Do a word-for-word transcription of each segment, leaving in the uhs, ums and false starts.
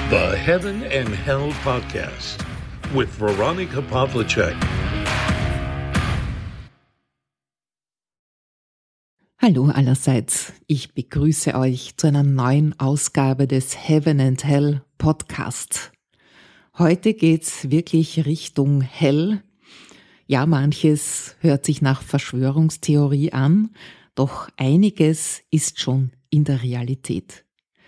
The Heaven and Hell Podcast with Veronica Pavlicek. Hallo allerseits, ich begrüße euch zu einer neuen Ausgabe des Heaven and Hell Podcast. Heute geht's wirklich Richtung Hell. Ja, manches hört sich nach Verschwörungstheorie an, doch einiges ist schon in der Realität.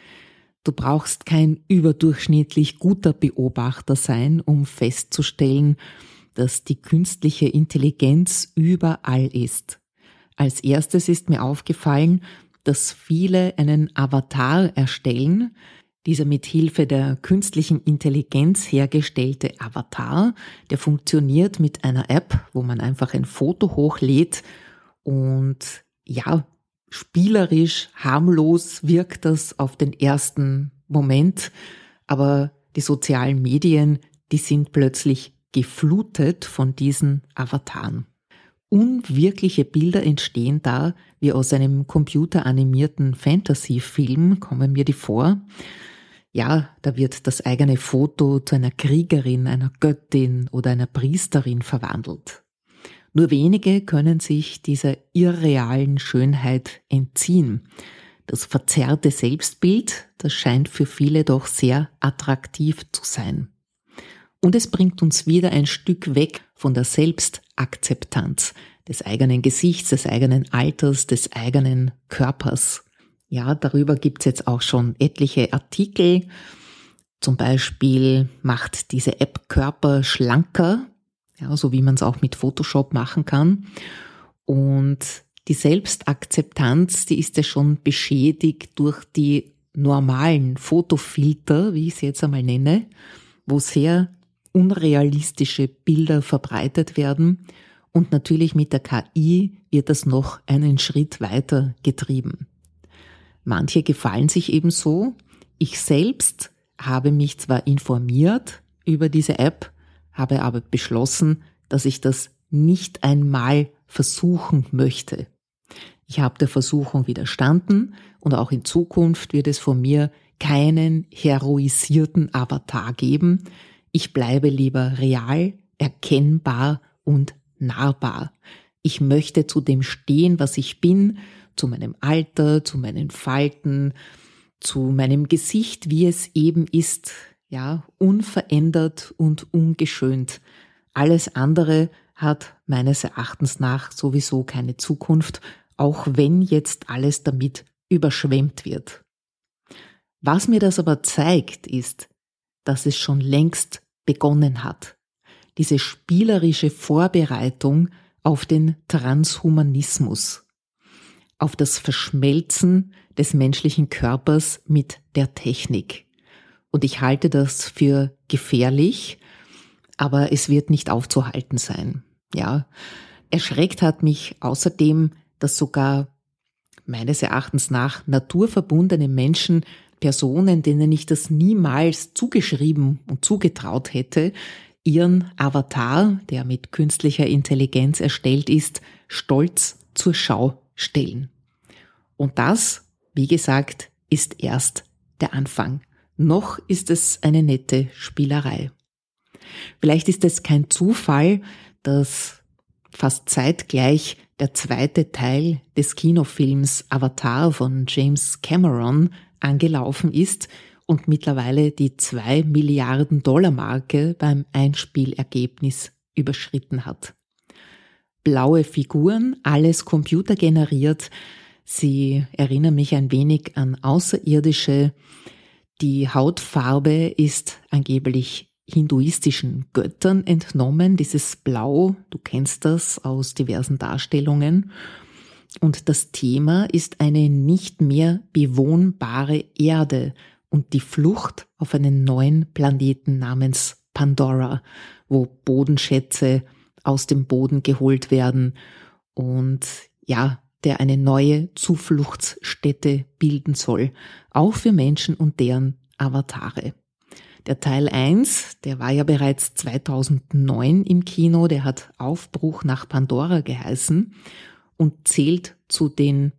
Du brauchst kein überdurchschnittlich guter Beobachter sein, um festzustellen, dass die künstliche Intelligenz überall ist. Als erstes ist mir aufgefallen, dass viele einen Avatar erstellen. Dieser mit Hilfe der künstlichen Intelligenz hergestellte Avatar, der funktioniert mit einer App, wo man einfach ein Foto hochlädt und ja, spielerisch, harmlos wirkt das auf den ersten Moment, aber die sozialen Medien, die sind plötzlich geflutet von diesen Avataren. Unwirkliche Bilder entstehen da, wie aus einem computeranimierten Fantasy-Film, kommen mir die vor. Ja, da wird das eigene Foto zu einer Kriegerin, einer Göttin oder einer Priesterin verwandelt. Nur wenige können sich dieser irrealen Schönheit entziehen. Das verzerrte Selbstbild, das scheint für viele doch sehr attraktiv zu sein. Und es bringt uns wieder ein Stück weg von der Selbstakzeptanz des eigenen Gesichts, des eigenen Alters, des eigenen Körpers. Ja, darüber gibt's jetzt auch schon etliche Artikel. Zum Beispiel macht diese App Körper schlanker, ja, so wie man es auch mit Photoshop machen kann. Und die Selbstakzeptanz, die ist ja schon beschädigt durch die normalen Fotofilter, wie ich sie jetzt einmal nenne, wo sehr unrealistische Bilder verbreitet werden. Und natürlich mit der K I wird das noch einen Schritt weiter getrieben. Manche gefallen sich eben so. Ich selbst habe mich zwar informiert über diese App, habe aber beschlossen, dass ich das nicht einmal versuchen möchte. Ich habe der Versuchung widerstanden und auch in Zukunft wird es von mir keinen heroisierten Avatar geben. Ich bleibe lieber real, erkennbar und nahbar. Ich möchte zu dem stehen, was ich bin, zu meinem Alter, zu meinen Falten, zu meinem Gesicht, wie es eben ist. Ja, unverändert und ungeschönt. Alles andere hat meines Erachtens nach sowieso keine Zukunft, auch wenn jetzt alles damit überschwemmt wird. Was mir das aber zeigt, ist, dass es schon längst begonnen hat. Diese spielerische Vorbereitung auf den Transhumanismus, auf das Verschmelzen des menschlichen Körpers mit der Technik. Und ich halte das für gefährlich, aber es wird nicht aufzuhalten sein. Ja, erschreckt hat mich außerdem, dass sogar meines Erachtens nach naturverbundene Menschen, Personen, denen ich das niemals zugeschrieben und zugetraut hätte, ihren Avatar, der mit künstlicher Intelligenz erstellt ist, stolz zur Schau stellen. Und das, wie gesagt, ist erst der Anfang. Noch ist es eine nette Spielerei. Vielleicht ist es kein Zufall, dass fast zeitgleich der zweite Teil des Kinofilms Avatar von James Cameron angelaufen ist und mittlerweile die zwei Milliarden Dollar Marke beim Einspielergebnis überschritten hat. Blaue Figuren, alles computergeneriert. Sie erinnern mich ein wenig an Außerirdische. Die Hautfarbe ist angeblich hinduistischen Göttern entnommen, dieses Blau, du kennst das aus diversen Darstellungen. Und das Thema ist eine nicht mehr bewohnbare Erde und die Flucht auf einen neuen Planeten namens Pandora, wo Bodenschätze aus dem Boden geholt werden und ja, der eine neue Zufluchtsstätte bilden soll, auch für Menschen und deren Avatare. Der Teil eins, der war ja bereits zweitausendneun im Kino, der hat Aufbruch nach Pandora geheißen und zählt zu den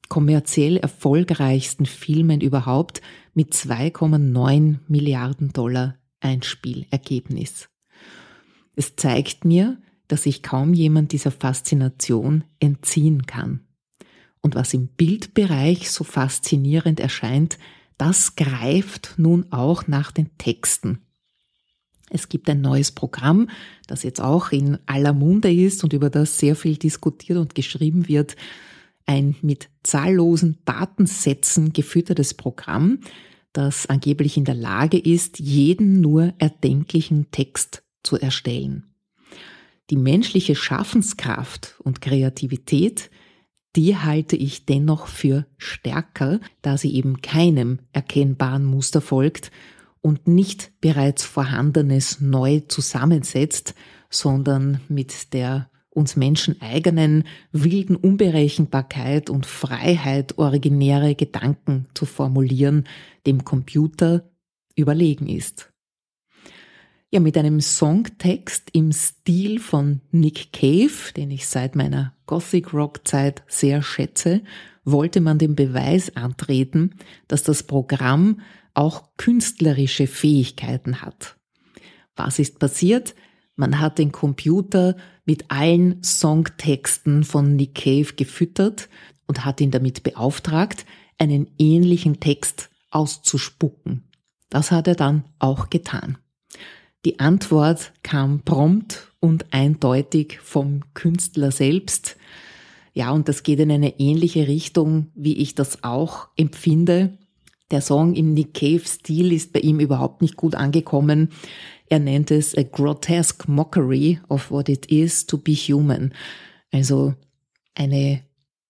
kommerziell erfolgreichsten Filmen überhaupt mit zwei Komma neun Milliarden Dollar Einspielergebnis. Es zeigt mir, dass sich kaum jemand dieser Faszination entziehen kann. Und was im Bildbereich so faszinierend erscheint, das greift nun auch nach den Texten. Es gibt ein neues Programm, das jetzt auch in aller Munde ist und über das sehr viel diskutiert und geschrieben wird. Ein mit zahllosen Datensätzen gefüttertes Programm, das angeblich in der Lage ist, jeden nur erdenklichen Text zu erstellen. Die menschliche Schaffenskraft und Kreativität, die halte ich dennoch für stärker, da sie eben keinem erkennbaren Muster folgt und nicht bereits Vorhandenes neu zusammensetzt, sondern mit der uns Menschen eigenen wilden Unberechenbarkeit und Freiheit, originäre Gedanken zu formulieren, dem Computer überlegen ist. Ja, mit einem Songtext im Stil von Nick Cave, den ich seit meiner Gothic-Rock-Zeit sehr schätze, wollte man den Beweis antreten, dass das Programm auch künstlerische Fähigkeiten hat. Was ist passiert? Man hat den Computer mit allen Songtexten von Nick Cave gefüttert und hat ihn damit beauftragt, einen ähnlichen Text auszuspucken. Das hat er dann auch getan. Die Antwort kam prompt und eindeutig vom Künstler selbst. Ja, und das geht in eine ähnliche Richtung, wie ich das auch empfinde. Der Song im Nick Cave-Stil ist bei ihm überhaupt nicht gut angekommen. Er nennt es a grotesque mockery of what it is to be human. Also eine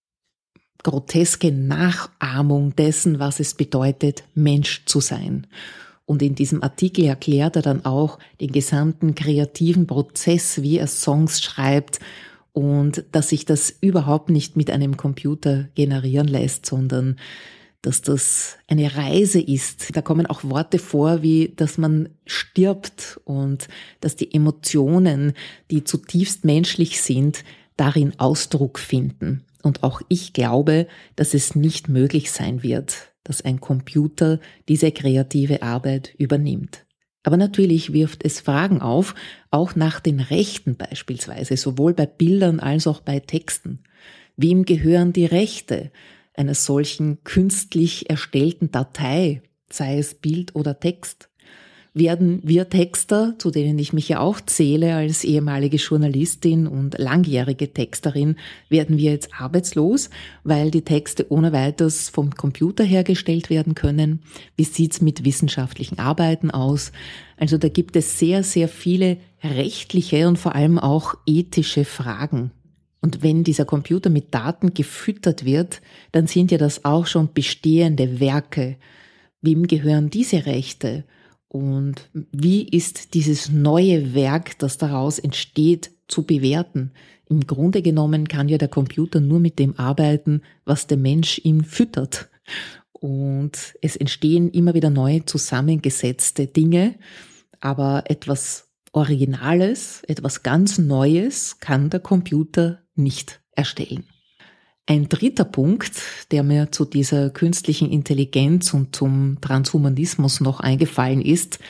groteske Nachahmung dessen, was es bedeutet, Mensch zu sein. Und in diesem Artikel erklärt er dann auch den gesamten kreativen Prozess, wie er Songs schreibt und dass sich das überhaupt nicht mit einem Computer generieren lässt, sondern dass das eine Reise ist. Da kommen auch Worte vor, wie dass man stirbt und dass die Emotionen, die zutiefst menschlich sind, darin Ausdruck finden. Und auch ich glaube, dass es nicht möglich sein wird, dass ein Computer diese kreative Arbeit übernimmt. Aber natürlich wirft es Fragen auf, auch nach den Rechten beispielsweise, sowohl bei Bildern als auch bei Texten. Wem gehören die Rechte einer solchen künstlich erstellten Datei, sei es Bild oder Text? Werden wir Texter, zu denen ich mich ja auch zähle als ehemalige Journalistin und langjährige Texterin, werden wir jetzt arbeitslos, weil die Texte ohne weiteres vom Computer hergestellt werden können? Wie sieht's mit wissenschaftlichen Arbeiten aus? Also da gibt es sehr, sehr viele rechtliche und vor allem auch ethische Fragen. Und wenn dieser Computer mit Daten gefüttert wird, dann sind ja das auch schon bestehende Werke. Wem gehören diese Rechte? Und wie ist dieses neue Werk, das daraus entsteht, zu bewerten? Im Grunde genommen kann ja der Computer nur mit dem arbeiten, was der Mensch ihm füttert. Und es entstehen immer wieder neu zusammengesetzte Dinge, aber etwas Originales, etwas ganz Neues kann der Computer nicht erstellen. Ein dritter Punkt, der mir zu dieser künstlichen Intelligenz und zum Transhumanismus noch eingefallen ist,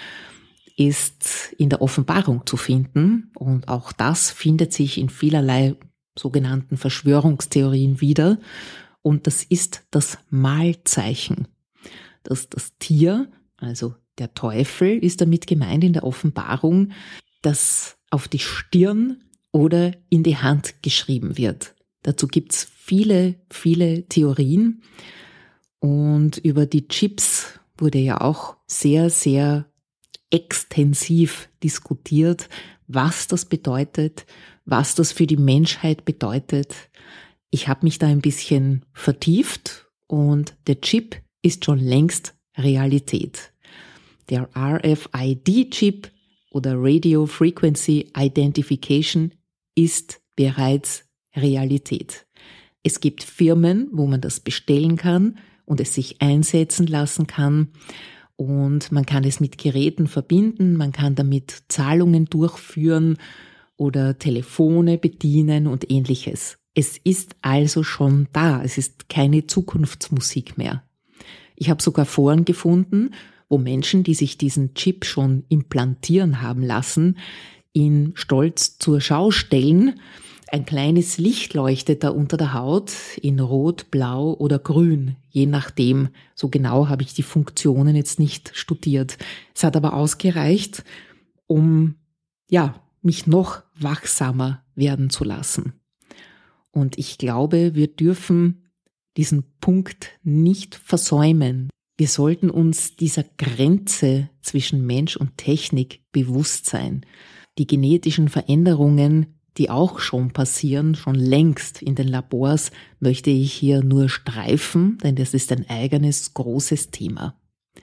ist in der Offenbarung zu finden. Und auch das findet sich in vielerlei sogenannten Verschwörungstheorien wieder. Und das ist das Malzeichen. Das, das Tier, also der Teufel, ist damit gemeint in der Offenbarung, das auf die Stirn oder in die Hand geschrieben wird. Dazu gibt's viele, viele Theorien und über die Chips wurde ja auch sehr, sehr extensiv diskutiert, was das bedeutet, was das für die Menschheit bedeutet. Ich habe mich da ein bisschen vertieft und der Chip ist schon längst Realität. Der R F I D-Chip oder Radio Frequency Identification ist bereits Realität. Es gibt Firmen, wo man das bestellen kann und es sich einsetzen lassen kann und man kann es mit Geräten verbinden, man kann damit Zahlungen durchführen oder Telefone bedienen und Ähnliches. Es ist also schon da, es ist keine Zukunftsmusik mehr. Ich habe sogar Foren gefunden, wo Menschen, die sich diesen Chip schon implantieren haben lassen, ihn stolz zur Schau stellen. Ein kleines Licht leuchtet da unter der Haut in Rot, Blau oder Grün, je nachdem. So genau habe ich die Funktionen jetzt nicht studiert. Es hat aber ausgereicht, um ja, mich noch wachsamer werden zu lassen. Und ich glaube, wir dürfen diesen Punkt nicht versäumen. Wir sollten uns dieser Grenze zwischen Mensch und Technik bewusst sein. Die genetischen Veränderungen, die auch schon passieren, schon längst in den Labors, möchte ich hier nur streifen, denn das ist ein eigenes, großes Thema.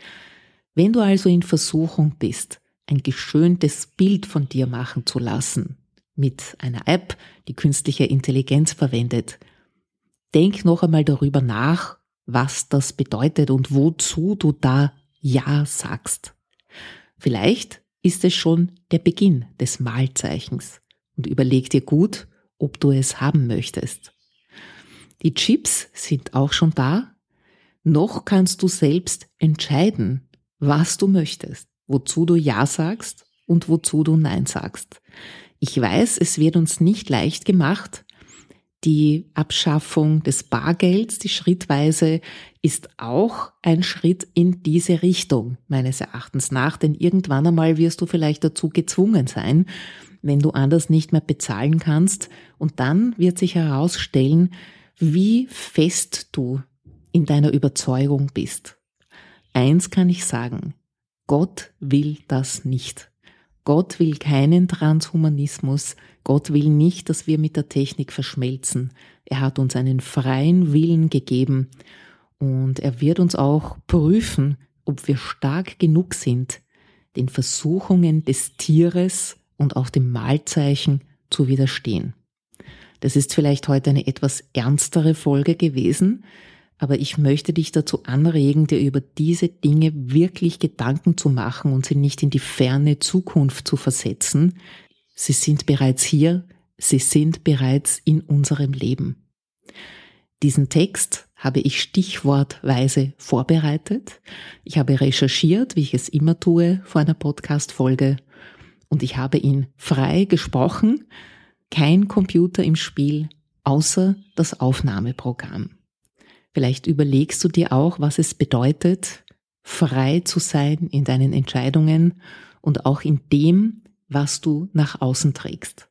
Wenn du also in Versuchung bist, ein geschöntes Bild von dir machen zu lassen, mit einer App, die künstliche Intelligenz verwendet, denk noch einmal darüber nach, was das bedeutet und wozu du da Ja sagst. Vielleicht ist es schon der Beginn des Malzeichens und überleg dir gut, ob du es haben möchtest. Die Chips sind auch schon da. Noch kannst du selbst entscheiden, was du möchtest, wozu du Ja sagst und wozu du Nein sagst. Ich weiß, es wird uns nicht leicht gemacht. Die Abschaffung des Bargelds, die schrittweise, ist auch ein Schritt in diese Richtung, meines Erachtens nach, denn irgendwann einmal wirst du vielleicht dazu gezwungen sein, wenn du anders nicht mehr bezahlen kannst, und dann wird sich herausstellen, wie fest du in deiner Überzeugung bist. Eins kann ich sagen: Gott will das nicht. Gott will keinen Transhumanismus. Gott will nicht, dass wir mit der Technik verschmelzen. Er hat uns einen freien Willen gegeben und er wird uns auch prüfen, ob wir stark genug sind, den Versuchungen des Tieres und auch dem Malzeichen zu widerstehen. Das ist vielleicht heute eine etwas ernstere Folge gewesen, aber ich möchte dich dazu anregen, dir über diese Dinge wirklich Gedanken zu machen und sie nicht in die ferne Zukunft zu versetzen. Sie sind bereits hier, sie sind bereits in unserem Leben. Diesen Text habe ich stichwortweise vorbereitet. Ich habe recherchiert, wie ich es immer tue vor einer Podcast-Folge, und ich habe ihn frei gesprochen. Kein Computer im Spiel, außer das Aufnahmeprogramm. Vielleicht überlegst du dir auch, was es bedeutet, frei zu sein in deinen Entscheidungen und auch in dem, was du nach außen trägst.